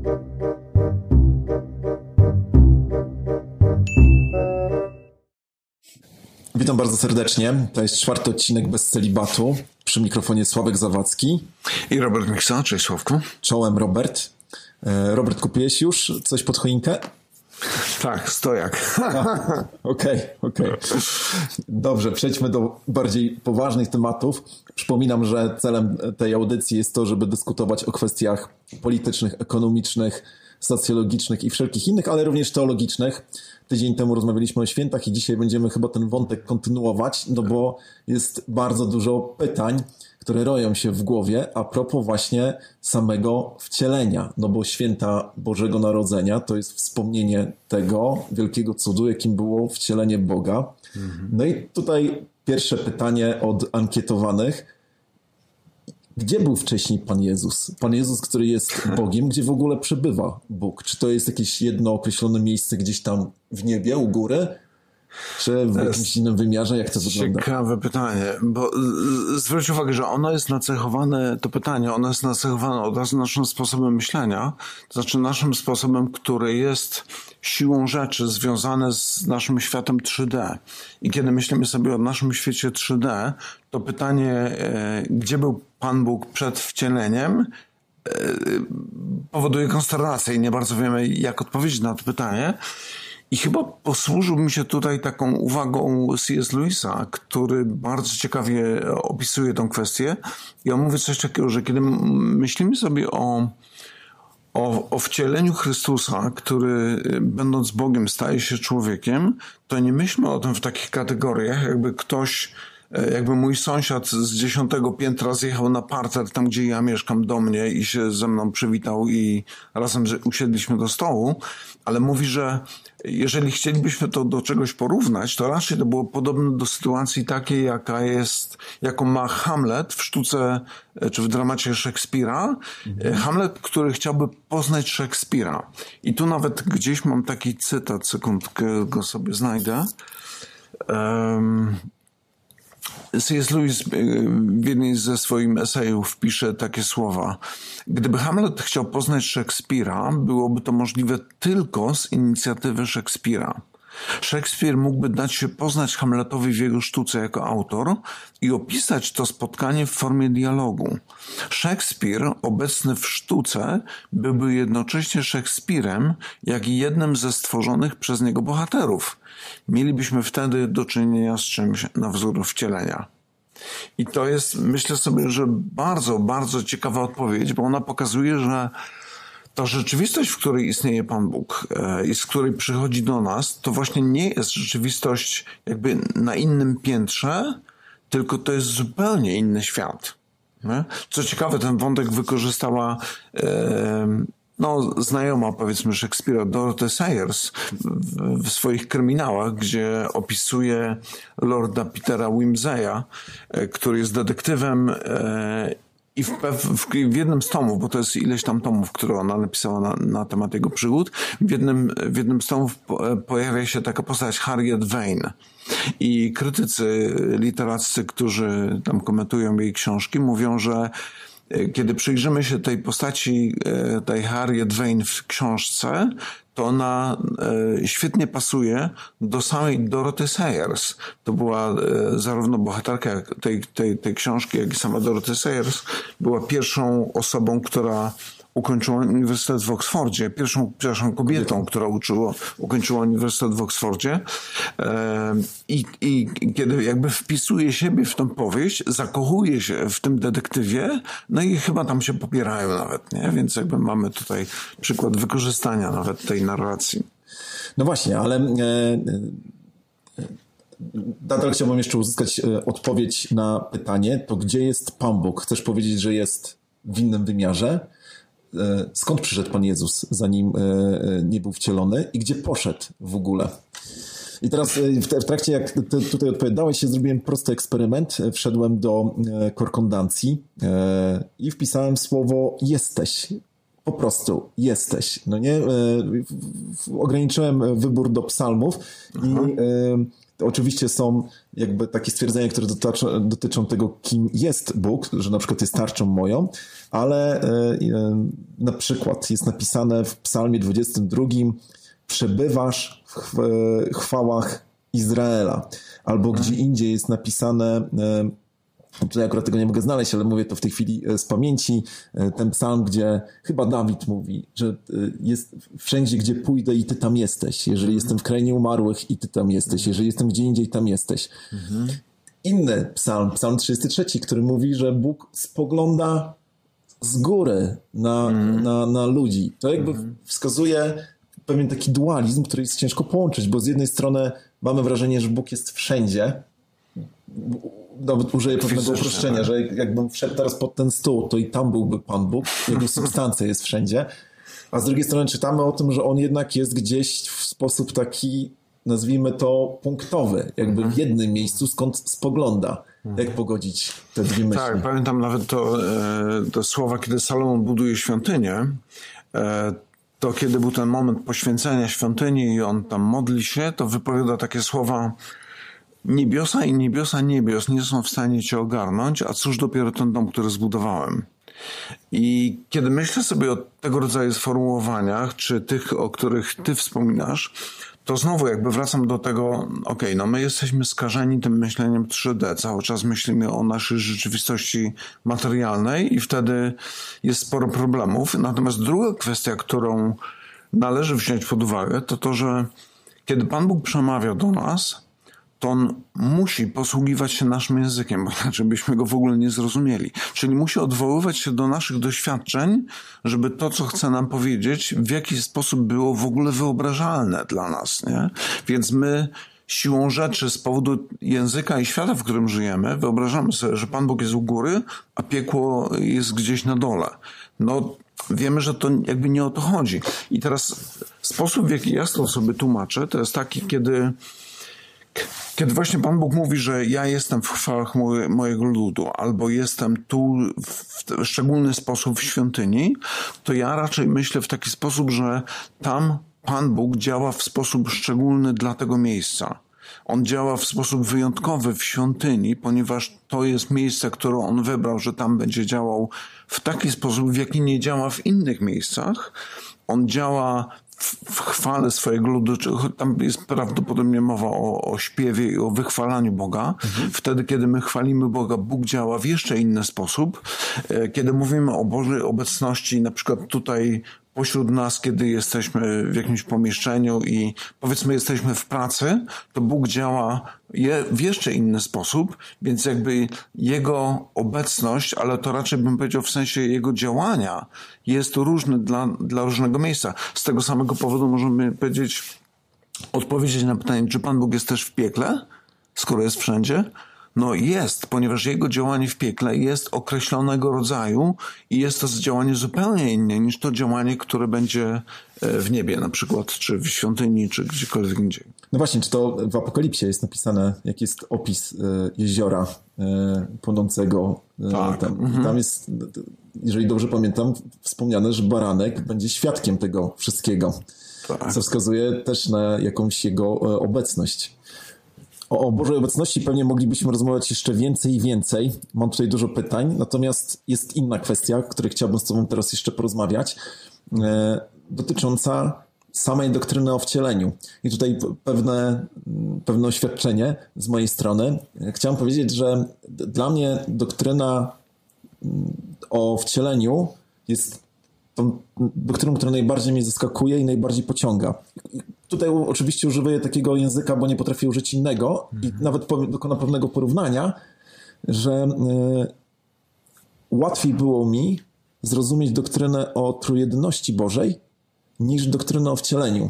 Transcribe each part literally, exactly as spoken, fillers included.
Witam bardzo serdecznie. To jest czwarty odcinek Bez Celibatu. Przy mikrofonie Sławek Zawadzki. I Robert Miksa. Cześć Sławku. Czołem Robert. Robert, kupiłeś już coś pod choinkę? Tak, stojak. Okej, okej. Dobrze, przejdźmy do bardziej poważnych tematów. Przypominam, że celem tej audycji jest to, żeby dyskutować o kwestiach politycznych, ekonomicznych, socjologicznych i wszelkich innych, ale również teologicznych. Tydzień temu rozmawialiśmy o świętach i dzisiaj będziemy chyba ten wątek kontynuować, no bo jest bardzo dużo pytań, które roją się w głowie a propos właśnie samego wcielenia, no bo święta Bożego Narodzenia to jest wspomnienie tego wielkiego cudu, jakim było wcielenie Boga. Mhm. No i tutaj pierwsze pytanie od ankietowanych. Gdzie był wcześniej Pan Jezus? Pan Jezus, który jest Bogiem, gdzie w ogóle przebywa Bóg? Czy to jest jakieś jedno określone miejsce gdzieś tam w niebie, u góry? Czy w jakimś innym wymiarze? Jak to wygląda? Ciekawe pytanie, bo zwróć uwagę, że ono jest nacechowane, to pytanie, ono jest nacechowane od razu naszym sposobem myślenia, to znaczy naszym sposobem, który jest siłą rzeczy związane z naszym światem trzy D. I kiedy myślimy sobie o naszym świecie trzy D, to pytanie, gdzie był Pan Bóg przed wcieleniem, powoduje konsternację i nie bardzo wiemy, jak odpowiedzieć na to pytanie. I chyba posłużyłbym się tutaj taką uwagą C S Lewisa, który bardzo ciekawie opisuje tę kwestię. I on mówi coś takiego, że kiedy myślimy sobie o, o, o wcieleniu Chrystusa, który będąc Bogiem staje się człowiekiem, to nie myślmy o tym w takich kategoriach, jakby ktoś, jakby mój sąsiad z dziesiątego piętra zjechał na parter, tam gdzie ja mieszkam, do mnie i się ze mną przywitał i razem usiedliśmy do stołu, ale mówi, że jeżeli chcielibyśmy to do czegoś porównać, to raczej to było podobne do sytuacji takiej, jaka jest, jaką ma Hamlet w sztuce, czy w dramacie Szekspira. Mhm. Hamlet, który chciałby poznać Szekspira. I tu nawet gdzieś mam taki cytat, sekundkę go sobie znajdę. Um, C S Lewis w jednej ze swoich esejów pisze takie słowa. Gdyby Hamlet chciał poznać Szekspira, byłoby to możliwe tylko z inicjatywy Szekspira. Szekspir mógłby dać się poznać Hamletowi w jego sztuce jako autor i opisać to spotkanie w formie dialogu. Szekspir, obecny w sztuce, byłby jednocześnie Szekspirem, jak i jednym ze stworzonych przez niego bohaterów. Mielibyśmy wtedy do czynienia z czymś na wzór wcielenia. I to jest, myślę sobie, że bardzo, bardzo ciekawa odpowiedź, bo ona pokazuje, że ta rzeczywistość, w której istnieje Pan Bóg i z której przychodzi do nas, to właśnie nie jest rzeczywistość jakby na innym piętrze, tylko to jest zupełnie inny świat. Nie? Co ciekawe, ten wątek wykorzystała e, no, znajoma, powiedzmy, Szekspira, Dorothy Sayers w, w swoich kryminałach, gdzie opisuje lorda Petera Wimseya, e, który jest detektywem e, I w, w, w jednym z tomów, bo to jest ileś tam tomów, które ona napisała na, na temat jego przygód, w jednym, w jednym z tomów po, pojawia się taka postać Harriet Vane. I krytycy literaccy, którzy tam komentują jej książki, mówią, że kiedy przyjrzymy się tej postaci, tej Harriet Vane w książce, to ona e, świetnie pasuje do samej Dorothy Sayers. To była e, zarówno bohaterka tej, tej, tej książki, jak i sama Dorothy Sayers była pierwszą osobą, która ukończyła Uniwersytet w Oksfordzie, pierwszą, przepraszam, kobietą, która uczyła, ukończyła Uniwersytet w Oksfordzie. E, i, I kiedy jakby wpisuje siebie w tę powieść, zakochuje się w tym detektywie, no i chyba tam się popierają nawet, nie? Więc jakby mamy tutaj przykład wykorzystania nawet tej narracji. No właśnie, ale e, e, nadal chciałbym jeszcze uzyskać odpowiedź na pytanie, to gdzie jest Pan Bóg? Chcesz powiedzieć, że jest w innym wymiarze? Skąd przyszedł Pan Jezus, zanim nie był wcielony i gdzie poszedł w ogóle? I teraz w trakcie, jak ty tutaj odpowiadałeś, się zrobiłem prosty eksperyment. Wszedłem do korkondancji i wpisałem słowo jesteś. Po prostu jesteś. No nie? Ograniczyłem wybór do psalmów i Oczywiście są jakby takie stwierdzenia, które dotyczą, dotyczą tego, kim jest Bóg, że na przykład jest tarczą moją, ale na przykład jest napisane w Psalmie dwudziestym drugim: przebywasz w chwałach Izraela. Albo gdzie indziej jest napisane, tutaj akurat tego nie mogę znaleźć, ale mówię to w tej chwili z pamięci, ten psalm, gdzie chyba Dawid mówi, że jest wszędzie, gdzie pójdę i ty tam jesteś. Jeżeli mhm. jestem w krainie umarłych i ty tam jesteś. Jeżeli jestem gdzie indziej, tam jesteś. Mhm. Inny psalm, psalm trzydziesty trzeci, który mówi, że Bóg spogląda z góry na, mhm. na, na ludzi. To jakby mhm. wskazuje pewien taki dualizm, który jest ciężko połączyć, bo z jednej strony mamy wrażenie, że Bóg jest wszędzie. Nawet użyję pewnego uproszczenia, że jakbym wszedł teraz pod ten stół, to i tam byłby Pan Bóg, jego substancja jest wszędzie. A z drugiej strony czytamy o tym, że on jednak jest gdzieś w sposób taki, nazwijmy to, punktowy, jakby w jednym miejscu, skąd spogląda. Jak pogodzić te dwie myśli? Tak, pamiętam nawet to, te słowa, kiedy Salomon buduje świątynię, to kiedy był ten moment poświęcenia świątyni i on tam modli się, to wypowiada takie słowa: niebiosa i niebiosa niebios nie są w stanie cię ogarnąć, a cóż dopiero ten dom, który zbudowałem. I kiedy myślę sobie o tego rodzaju sformułowaniach, czy tych, o których ty wspominasz, to znowu jakby wracam do tego, okej, okay, no my jesteśmy skażeni tym myśleniem trzy D, cały czas myślimy o naszej rzeczywistości materialnej i wtedy jest sporo problemów. Natomiast druga kwestia, którą należy wziąć pod uwagę, to to, że kiedy Pan Bóg przemawia do nas, to on musi posługiwać się naszym językiem, bo inaczej byśmy go w ogóle nie zrozumieli. Czyli musi odwoływać się do naszych doświadczeń, żeby to, co chce nam powiedzieć, w jakiś sposób było w ogóle wyobrażalne dla nas, nie? Więc my siłą rzeczy z powodu języka i świata, w którym żyjemy, wyobrażamy sobie, że Pan Bóg jest u góry, a piekło jest gdzieś na dole. No, wiemy, że to jakby nie o to chodzi. I teraz sposób, w jaki ja to sobie tłumaczę, to jest taki, kiedy Kiedy właśnie Pan Bóg mówi, że ja jestem w chwałach moje, mojego ludu, albo jestem tu w szczególny sposób w świątyni, to ja raczej myślę w taki sposób, że tam Pan Bóg działa w sposób szczególny dla tego miejsca. On działa w sposób wyjątkowy w świątyni, ponieważ to jest miejsce, które on wybrał, że tam będzie działał w taki sposób, w jaki nie działa w innych miejscach. On działa w chwale swojego ludu, tam jest prawdopodobnie mowa o, o śpiewie i o wychwalaniu Boga. Mhm. Wtedy, kiedy my chwalimy Boga, Bóg działa w jeszcze inny sposób. Kiedy mówimy o Bożej obecności, na przykład tutaj pośród nas, kiedy jesteśmy w jakimś pomieszczeniu i powiedzmy jesteśmy w pracy, to Bóg działa je w jeszcze inny sposób, więc jakby Jego obecność, ale to raczej bym powiedział w sensie Jego działania, jest różny dla, dla różnego miejsca. Z tego samego powodu możemy powiedzieć, odpowiedzieć na pytanie, czy Pan Bóg jest też w piekle, skoro jest wszędzie? No jest, ponieważ jego działanie w piekle jest określonego rodzaju i jest to działanie zupełnie inne niż to działanie, które będzie w niebie na przykład, czy w świątyni, czy gdziekolwiek indziej. No właśnie, czy to w Apokalipsie jest napisane, jaki jest opis jeziora płonącego tak. tam. Mhm. Tam jest, jeżeli dobrze pamiętam, wspomniane, że baranek będzie świadkiem tego wszystkiego, tak. Co wskazuje też na jakąś jego obecność. O Bożej obecności pewnie moglibyśmy rozmawiać jeszcze więcej i więcej. Mam tutaj dużo pytań, natomiast jest inna kwestia, o której chciałbym z Tobą teraz jeszcze porozmawiać, e, dotycząca samej doktryny o wcieleniu. I tutaj pewne, pewne oświadczenie z mojej strony. Chciałem powiedzieć, że dla mnie doktryna o wcieleniu jest tą doktryną, która najbardziej mnie zaskakuje i najbardziej pociąga. Tutaj oczywiście użyję takiego języka, bo nie potrafię użyć innego i nawet dokonam pewnego porównania, że y, łatwiej było mi zrozumieć doktrynę o trójjedyności Bożej niż doktrynę o wcieleniu.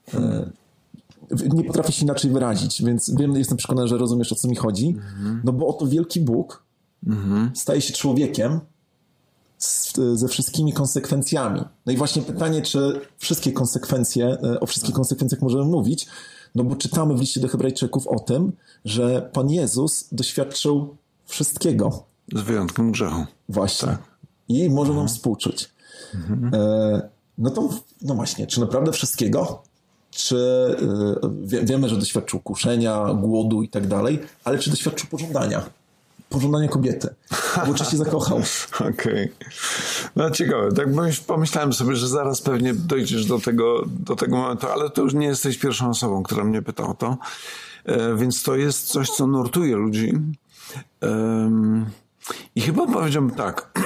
Y, nie potrafię się inaczej wyrazić, więc wiem, jestem przekonany, że rozumiesz, o co mi chodzi. No bo oto wielki Bóg staje się człowiekiem z, ze wszystkimi konsekwencjami. No i właśnie pytanie, czy wszystkie konsekwencje, o wszystkich konsekwencjach możemy mówić, no bo czytamy w liście do Hebrajczyków o tym, że Pan Jezus doświadczył wszystkiego. Z wyjątkiem grzechu. Właśnie. Tak. I może nam współczuć. Mhm. E, no to, no właśnie, czy naprawdę wszystkiego? czy wie, wiemy, że doświadczył kuszenia, głodu i tak dalej, ale czy doświadczył pożądania? Pożądania kobiety. Bo oczywiście zakochał. Okej. Okay. No ciekawe. Tak pomyślałem sobie, że zaraz pewnie dojdziesz do tego, do tego momentu, ale to już nie jesteś pierwszą osobą, która mnie pyta o to. E, więc to jest coś, co nurtuje ludzi. E, I chyba powiedziałbym tak.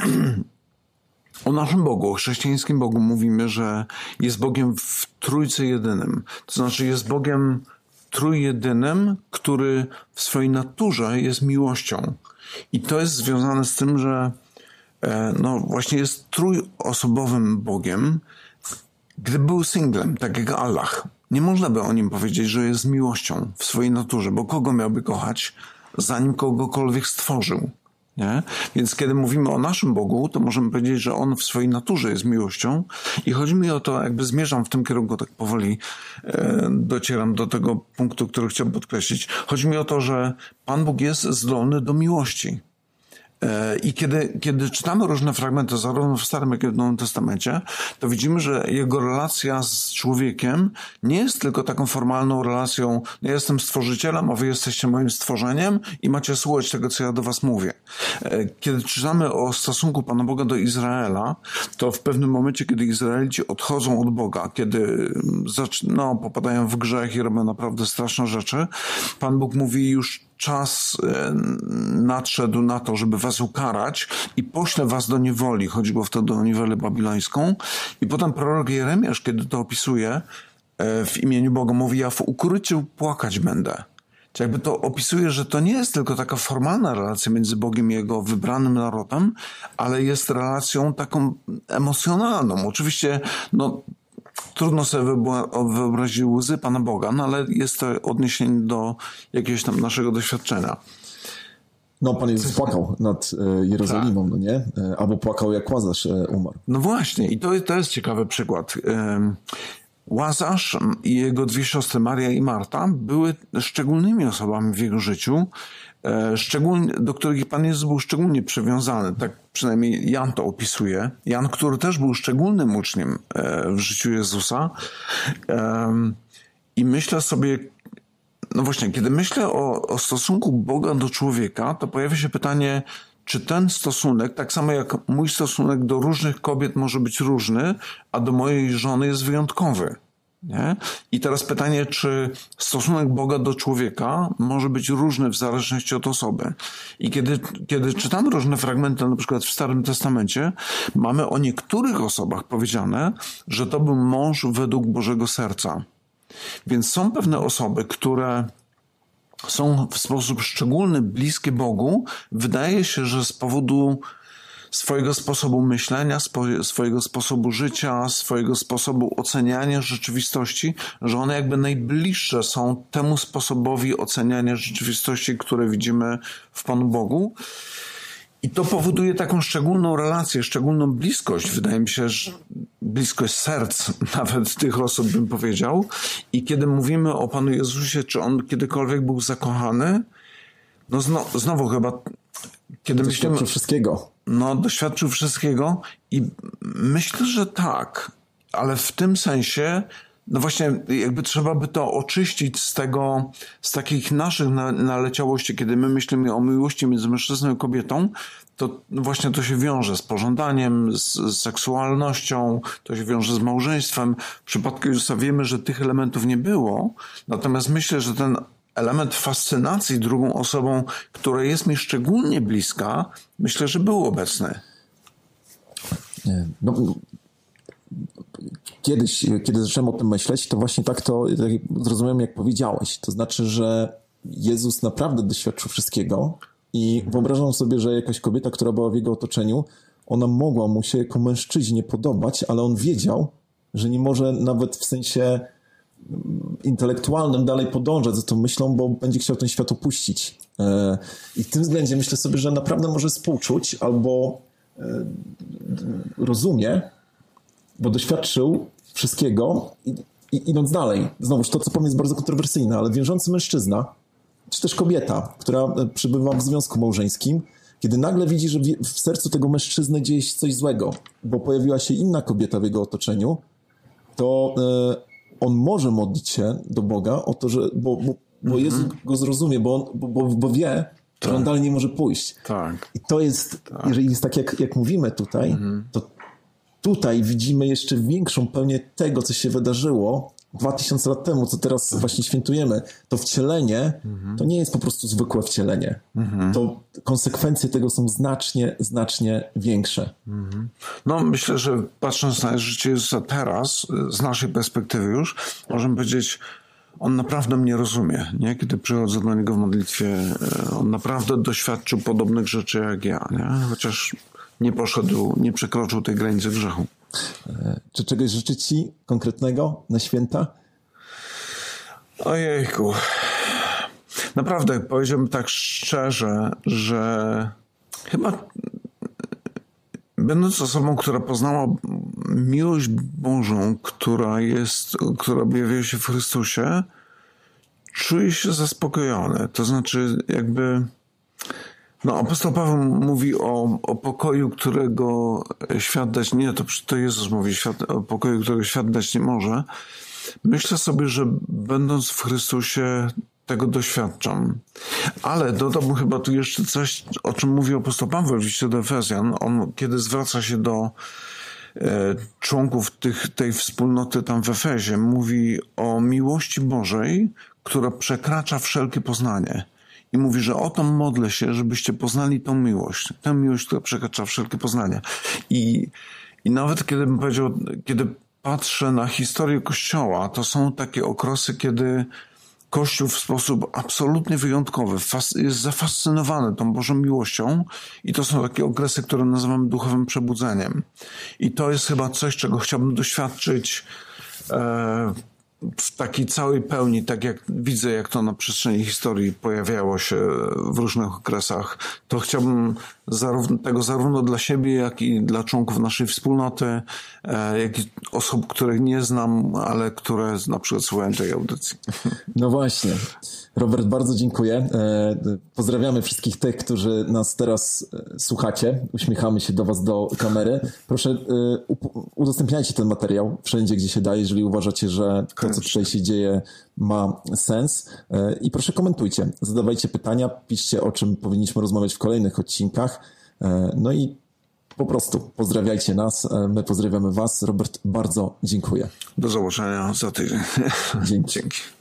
O naszym Bogu, o chrześcijańskim Bogu mówimy, że jest Bogiem w Trójcy Jedynym. To znaczy jest Bogiem trójjedynym, który w swojej naturze jest miłością. I to jest związane z tym, że no właśnie jest trójosobowym Bogiem. Gdyby był singlem, tak jak Allah, nie można by o nim powiedzieć, że jest miłością w swojej naturze, bo kogo miałby kochać, zanim kogokolwiek stworzył? Nie? Więc kiedy mówimy o naszym Bogu, to możemy powiedzieć, że On w swojej naturze jest miłością i chodzi mi o to, jakby zmierzam w tym kierunku, tak powoli e, docieram do tego punktu, który chciałbym podkreślić. Chodzi mi o to, że Pan Bóg jest zdolny do miłości. I kiedy, kiedy czytamy różne fragmenty, zarówno w Starym, jak i w Nowym Testamencie, to widzimy, że jego relacja z człowiekiem nie jest tylko taką formalną relacją, ja jestem stworzycielem, a wy jesteście moim stworzeniem i macie słuchać tego, co ja do was mówię. Kiedy czytamy o stosunku Pana Boga do Izraela, to w pewnym momencie, kiedy Izraelici odchodzą od Boga, kiedy no, popadają w grzech i robią naprawdę straszne rzeczy, Pan Bóg mówi już czas nadszedł na to, żeby was ukarać i pośle was do niewoli. Chodziło wtedy o niewolę babilońską. I potem prorok Jeremiasz, kiedy to opisuje w imieniu Boga, mówi, ja w ukryciu płakać będę. Czyli jakby to opisuje, że to nie jest tylko taka formalna relacja między Bogiem i Jego wybranym narodem, ale jest relacją taką emocjonalną. Oczywiście, no, trudno sobie wyobrazić łzy Pana Boga, no ale jest to odniesienie do jakiegoś tam naszego doświadczenia. No, Pan Jezus płakał nad Jerozolimą, tak. No nie? Albo płakał, jak Łazarz umarł. No właśnie, i to, to jest ciekawy przykład. Łazarz i jego dwie siostry, Maria i Marta, były szczególnymi osobami w jego życiu, szczególnie, do których Pan Jezus był szczególnie przywiązany. Tak przynajmniej Jan to opisuje. Jan, który też był szczególnym uczniem w życiu Jezusa. I myślę sobie, no właśnie, kiedy myślę o, o stosunku Boga do człowieka, to pojawia się pytanie, czy ten stosunek, tak samo jak mój stosunek do różnych kobiet może być różny, a do mojej żony jest wyjątkowy. Nie? I teraz pytanie, czy stosunek Boga do człowieka może być różny w zależności od osoby. I kiedy, kiedy czytamy różne fragmenty, na przykład w Starym Testamencie, mamy o niektórych osobach powiedziane, że to był mąż według Bożego serca. Więc są pewne osoby, które są w sposób szczególny bliskie Bogu. Wydaje się, że z powodu swojego sposobu myślenia, swojego sposobu życia, swojego sposobu oceniania rzeczywistości, że one jakby najbliższe są temu sposobowi oceniania rzeczywistości, które widzimy w Panu Bogu. I to powoduje taką szczególną relację, szczególną bliskość. Wydaje mi się, że bliskość serc nawet tych osób, bym powiedział. I kiedy mówimy o Panu Jezusie, czy On kiedykolwiek był zakochany, no znowu, znowu chyba... Kiedy doświadczył myślimy, wszystkiego. No, doświadczył wszystkiego i myślę, że tak, ale w tym sensie, no właśnie jakby trzeba by to oczyścić z tego, z takich naszych naleciałości, kiedy my myślimy o miłości między mężczyzną i kobietą, to właśnie to się wiąże z pożądaniem, z, z seksualnością, to się wiąże z małżeństwem. W przypadku Jezusa wiemy, że tych elementów nie było, natomiast myślę, że ten element fascynacji drugą osobą, która jest mi szczególnie bliska, myślę, że był obecny. No, kiedyś, kiedy zacząłem o tym myśleć, to właśnie tak to tak zrozumiałem, jak powiedziałeś. To znaczy, że Jezus naprawdę doświadczył wszystkiego i wyobrażam sobie, że jakaś kobieta, która była w jego otoczeniu, ona mogła mu się jako mężczyźnie podobać, ale on wiedział, że nie może nawet w sensie intelektualnym dalej podążać za tą myślą, bo będzie chciał ten świat opuścić. I w tym względzie myślę sobie, że naprawdę może współczuć albo rozumie, bo doświadczył wszystkiego i, i idąc dalej. Znowuż to, co powiem, jest bardzo kontrowersyjne, ale wierzący mężczyzna, czy też kobieta, która przebywa w związku małżeńskim, kiedy nagle widzi, że w sercu tego mężczyzny dzieje się coś złego, bo pojawiła się inna kobieta w jego otoczeniu, to on może modlić się do Boga o to, że, bo, bo, bo mm-hmm. Jezus go zrozumie, bo, on, bo, bo, bo wie, tak. że on dalej nie może pójść. Tak. I to jest, tak. jeżeli jest tak, jak, jak mówimy tutaj, mm-hmm. to tutaj widzimy jeszcze większą pełnię tego, co się wydarzyło dwa tysiące lat temu, co teraz właśnie świętujemy. To wcielenie mm-hmm. to nie jest po prostu zwykłe wcielenie. Mm-hmm. To konsekwencje tego są znacznie, znacznie większe. Mm-hmm. No myślę, że patrząc na życie Jezusa teraz, z naszej perspektywy już, możemy powiedzieć, on naprawdę mnie rozumie, nie? Kiedy przychodzę do niego w modlitwie, on naprawdę doświadczył podobnych rzeczy jak ja, nie? Chociaż nie poszedł, nie przekroczył tej granicy grzechu. Czy czegoś życzy ci konkretnego na święta? Ojejku. Naprawdę, powiedziałbym tak szczerze, że chyba będąc osobą, która poznała miłość Bożą, która jest, która objawia się w Chrystusie, czuję się zaspokojony. To znaczy jakby... No, apostoł Paweł mówi o, o pokoju, którego świat dać nie, to, to Jezus mówi świat, o pokoju, którego świat dać nie może. Myślę sobie, że będąc w Chrystusie tego doświadczam. Ale dodałbym chyba tu jeszcze coś, o czym mówi apostoł Paweł w liście do Efezjan. On, kiedy zwraca się do e, członków tych, tej wspólnoty tam w Efezie, mówi o miłości Bożej, która przekracza wszelkie poznanie. I mówi, że o to modlę się, żebyście poznali tą miłość. Tę miłość, która przekracza wszelkie poznania. I, i nawet kiedy bym powiedział, kiedy patrzę na historię Kościoła, to są takie okresy, kiedy Kościół w sposób absolutnie wyjątkowy jest zafascynowany tą Bożą miłością i to są takie okresy, które nazywamy duchowym przebudzeniem. I to jest chyba coś, czego chciałbym doświadczyć e, w takiej całej pełni, tak jak widzę, jak to na przestrzeni historii pojawiało się w różnych okresach, to chciałbym zarówno, tego zarówno dla siebie, jak i dla członków naszej wspólnoty, jak i osób, których nie znam, ale które na przykład słuchają tej audycji. No właśnie. Robert, bardzo dziękuję. Pozdrawiamy wszystkich tych, którzy nas teraz słuchacie. Uśmiechamy się do was do kamery. Proszę, udostępniajcie ten materiał wszędzie, gdzie się da, jeżeli uważacie, że to, co tutaj się dzieje, ma sens. I proszę komentujcie, zadawajcie pytania, piszcie, o czym powinniśmy rozmawiać w kolejnych odcinkach. No i po prostu pozdrawiajcie nas, my pozdrawiamy was. Robert, bardzo dziękuję. Do zobaczenia za tydzień. Dzięki. Dzięki.